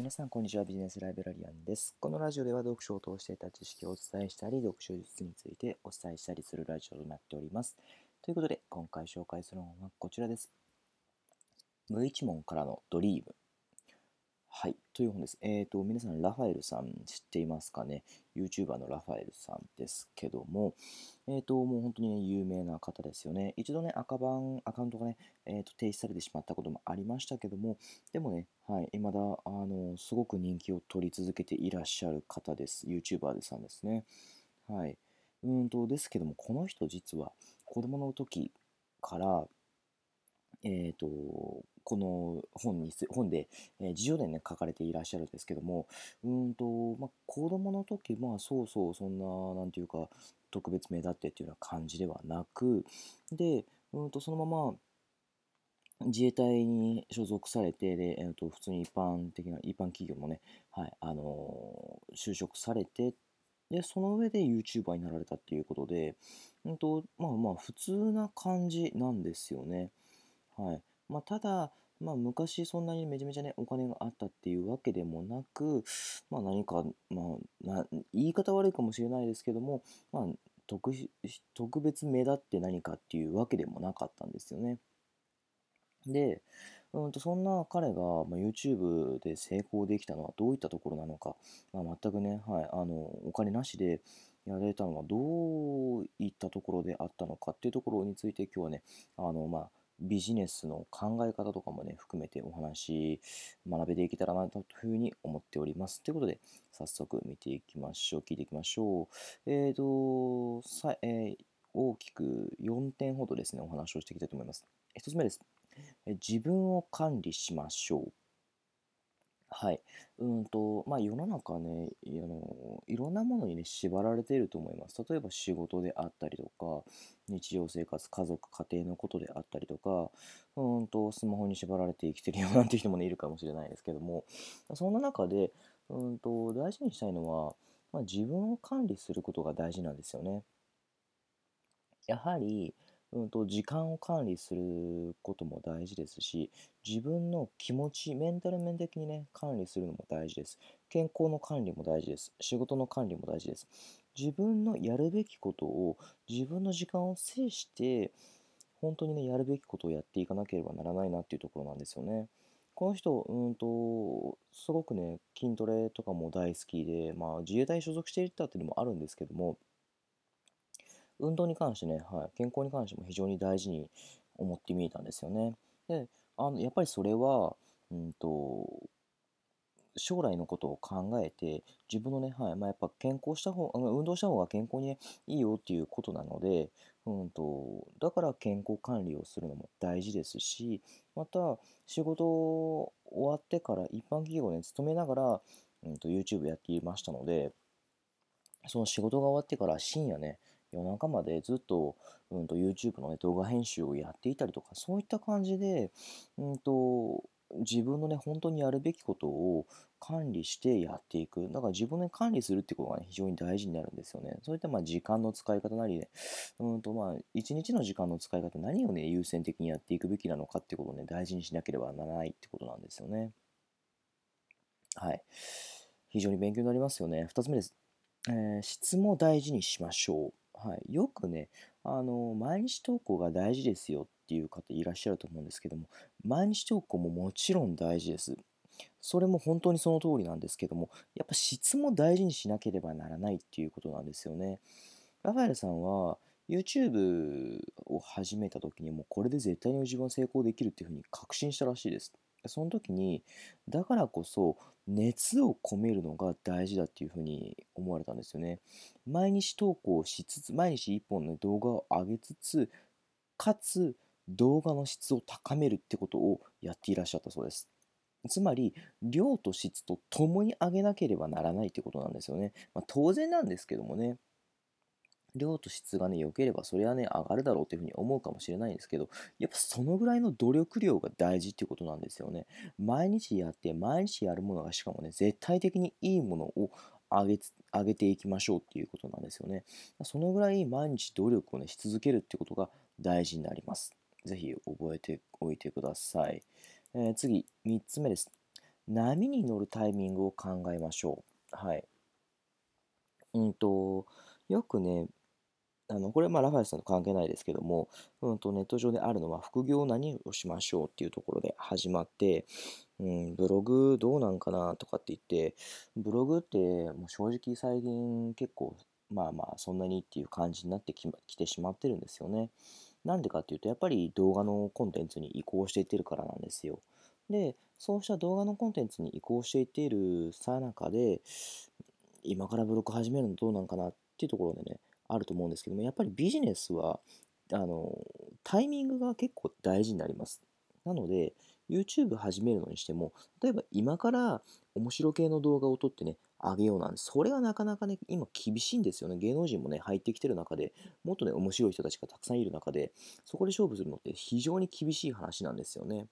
皆さん、こんにちは。ビジネスライブラリアンです。このラジオでは読書を通して得た知識をお伝えしたり、読書術についてお伝えしたりするラジオとなっております。ということで、今回紹介する本はこちらです。無一文からのドリーム。はい、という本です。皆さん、ラファエルさん知っていますかね？ YouTuber のラファエルさんですけども、もう本当にね、有名な方ですよね。一度ね、アカウントがね、停止されてしまったこともありましたけども、でもね、はい、未だ、すごく人気を取り続けていらっしゃる方です。YouTuber さんですね。はい。ですけども、この人実は子供の時から、この本で、自叙伝ね、書かれていらっしゃるんですけども、子供の時、そんな、なんていうか、特別目立ってっていうような感じではなく、で、そのまま自衛隊に所属されて、で、普通に一般企業もね、はい、就職されて、で、その上で YouTuber になられたっていうことで、普通な感じなんですよね。はい。ただ、昔そんなにめちゃめちゃね、お金があったっていうわけでもなく、何か、言い方悪いかもしれないですけども、まあ、特し特別目立って何かっていうわけでもなかったんですよね。で、そんな彼が、YouTube で成功できたのはどういったところなのか、全くね、はい、お金なしでやれたのはどういったところであったのかっていうところについて今日はね、ビジネスの考え方とかもね、含めてお話、学べていけたらなというふうに思っております。ということで、早速見ていきましょう。聞いていきましょう。大きく4点ほどですね、お話をしていきたいと思います。1つ目です。自分を管理しましょう。はい。世の中ね、いろんなものにね、縛られていると思います。例えば仕事であったりとか、日常生活、家族、家庭のことであったりとか、スマホに縛られて生きてるよなんていう人もね、いるかもしれないですけども、そんな中で、大事にしたいのは、自分を管理することが大事なんですよね。やはり、時間を管理することも大事ですし、自分の気持ち、メンタル面的にね、管理するのも大事です。健康の管理も大事です。仕事の管理も大事です。自分のやるべきことを、自分の時間を制して、本当にね、やるべきことをやっていかなければならないなっていうところなんですよね。この人、すごくね、筋トレとかも大好きで、自衛隊に所属していたっていうのもあるんですけども、運動に関してね、はい、健康に関しても非常に大事に思ってみえたんですよね。で、やっぱりそれは、うんと、将来のことを考えて、自分のね、はい、やっぱ健康した方、運動した方が健康にね、いいよっていうことなので、だから健康管理をするのも大事ですし、また、仕事終わってから一般企業に勤めながら、YouTube やっていましたので、その仕事が終わってから深夜ね、夜中までずっと、YouTube の、ね、動画編集をやっていたりとか、そういった感じで、自分のね、本当にやるべきことを管理してやっていく。だから自分で管理するってことがね、非常に大事になるんですよね。そういった時間の使い方なりね、一日の時間の使い方、何をね、優先的にやっていくべきなのかってことをね、大事にしなければならないってことなんですよね。はい。非常に勉強になりますよね。2つ目です。質も大事にしましょう。はい。よくね、毎日投稿が大事ですよっていう方いらっしゃると思うんですけども、毎日投稿ももちろん大事です。それも本当にその通りなんですけども、やっぱ質も大事にしなければならないっていうことなんですよね。ラファエルさんは YouTube を始めた時にもうこれで絶対に自分は成功できるっていうふうに確信したらしいです。その時に、だからこそ熱を込めるのが大事だっていうふうに思われたんですよね。毎日投稿しつつ、毎日一本の動画を上げつつ、かつ動画の質を高めるってことをやっていらっしゃったそうです。つまり、量と質とともに上げなければならないってことなんですよね。当然なんですけどもね。量と質がね、良ければそれはね、上がるだろうっていうふうに思うかもしれないんですけど、やっぱそのぐらいの努力量が大事っていうことなんですよね。毎日やって、毎日やるものがしかもね、絶対的にいいものを上げていきましょうっていうことなんですよね。そのぐらい毎日努力をね、し続けるっていうことが大事になります。ぜひ覚えておいてください。次、3つ目です。 波に乗るタイミングを考えましょう。はい。うんと、よくね、これはまあラファエルさんと関係ないですけども、ネット上であるのは副業を何をしましょうっていうところで始まって、ブログどうなんかなとかって言って、ブログってもう正直最近結構まあまあそんなにっていう感じになってきてしまってるんですよね。なんでかっていうとやっぱり動画のコンテンツに移行していってるからなんですよ。で、そうした動画のコンテンツに移行していっているさなかで、今からブログ始めるのどうなんかなっていうところでね、あると思うんですけども、やっぱりビジネスは、あの、タイミングが結構大事になります。なので、YouTube 始めるのにしても、例えば今から面白系の動画を撮ってね、上げようなんです。それはなかなかね、今厳しいんですよね。芸能人もね、入ってきてる中で、もっとね、面白い人たちがたくさんいる中で、そこで勝負するのって非常に厳しい話なんですよね。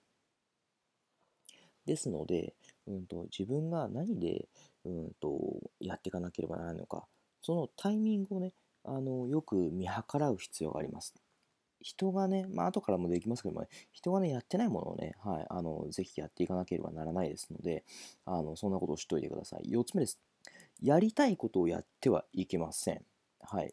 ですので、自分が何で、やっていかなければならないのか、そのタイミングをね、よく見計らう必要があります。人がね、まあ後からもできますけどもね、人がね、やってないものをね、はい、ぜひやっていかなければならないですので、そんなことを知っておいてください。4つ目です。やりたいことをやってはいけません。はい。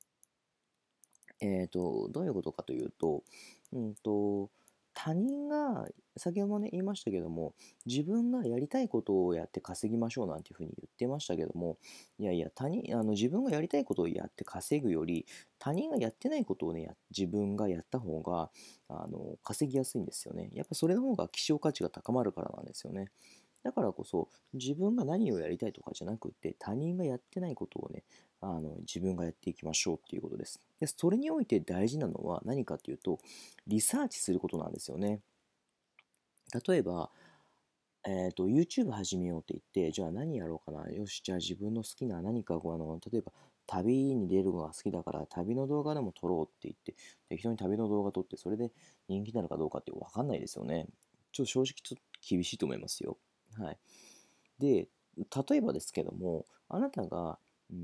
どういうことかというと、他人が、先ほどもね、言いましたけども、自分がやりたいことをやって稼ぎましょうなんていうふうに言ってましたけども、いやいや、自分がやりたいことをやって稼ぐより、他人がやってないことをね、自分がやった方が、稼ぎやすいんですよね。やっぱそれの方が希少価値が高まるからなんですよね。だからこそ自分が何をやりたいとかじゃなくて他人がやってないことをね自分がやっていきましょうっていうことです。でそれにおいて大事なのは何かっていうとリサーチすることなんですよね。例えば、YouTube 始めようって言ってじゃあ何やろうかなよしじゃあ自分の好きな何かを例えば旅に出るのが好きだから旅の動画でも撮ろうって言って適当に旅の動画撮ってそれで人気なのかどうかって分かんないですよね。ちょっと正直ちょっと厳しいと思いますよ。はい。で、例えばですけども、あなたが、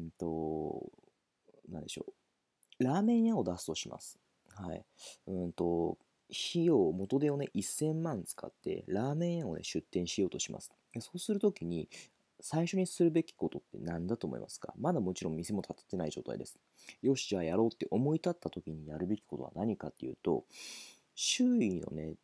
何でしょう、ラーメン屋を出すとします。はい。元手をね、1000万使って、ラーメン屋をね、出店しようとします。でそうするときに、最初にするべきことって何だと思いますか？まだもちろん店も建ててない状態です。よし、じゃあやろうって思い立った時にやるべきことは何かっていうと、周囲のね、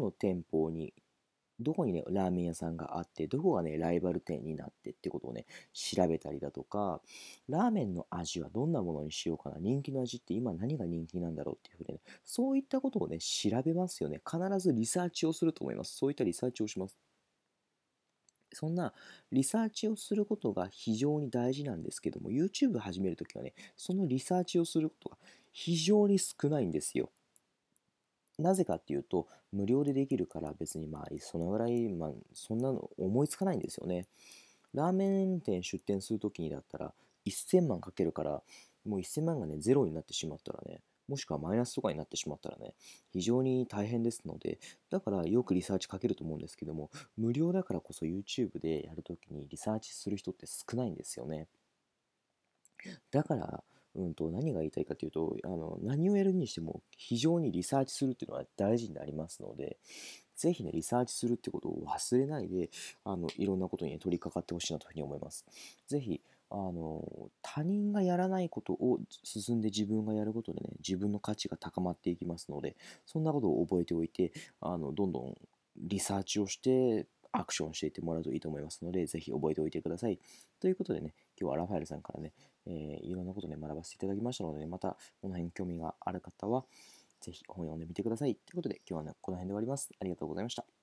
どこにね、ラーメン屋さんがあって、どこがね、ライバル店になってってことをね、調べたりだとか、ラーメンの味はどんなものにしようかな、人気の味って今何が人気なんだろうっていうふうにね、そういったことをね、調べますよね。必ずリサーチをすると思います。そういったリサーチをします。そんなリサーチをすることが非常に大事なんですけども、YouTube 始めるときはね、そのリサーチをすることが非常に少ないんですよ。なぜかっていうと、無料でできるから別にまあ、そのぐらい、まあ、そんなの思いつかないんですよね。ラーメン店出店するときにだったら、1000万かけるから、もう1000万がね、ゼロになってしまったらね、もしくはマイナスとかになってしまったらね、非常に大変ですので、だからよくリサーチかけると思うんですけども、無料だからこそ YouTube でやるときにリサーチする人って少ないんですよね。だから、何が言いたいかというと、何をやるにしても非常にリサーチするっていうのは大事になりますので、ぜひね、リサーチするってことを忘れないで、いろんなことに、ね、取り掛かってほしいなというふうに思います。ぜひ、他人がやらないことを進んで自分がやることでね、自分の価値が高まっていきますので、そんなことを覚えておいて、どんどんリサーチをして、アクションしていってもらうといいと思いますので、ぜひ覚えておいてください。ということでね、今日はラファエルさんからね、いろんなことをね、学ばせていただきましたので、ね、またこの辺興味がある方は、ぜひ本読んでみてください。ということで、今日はね、この辺で終わります。ありがとうございました。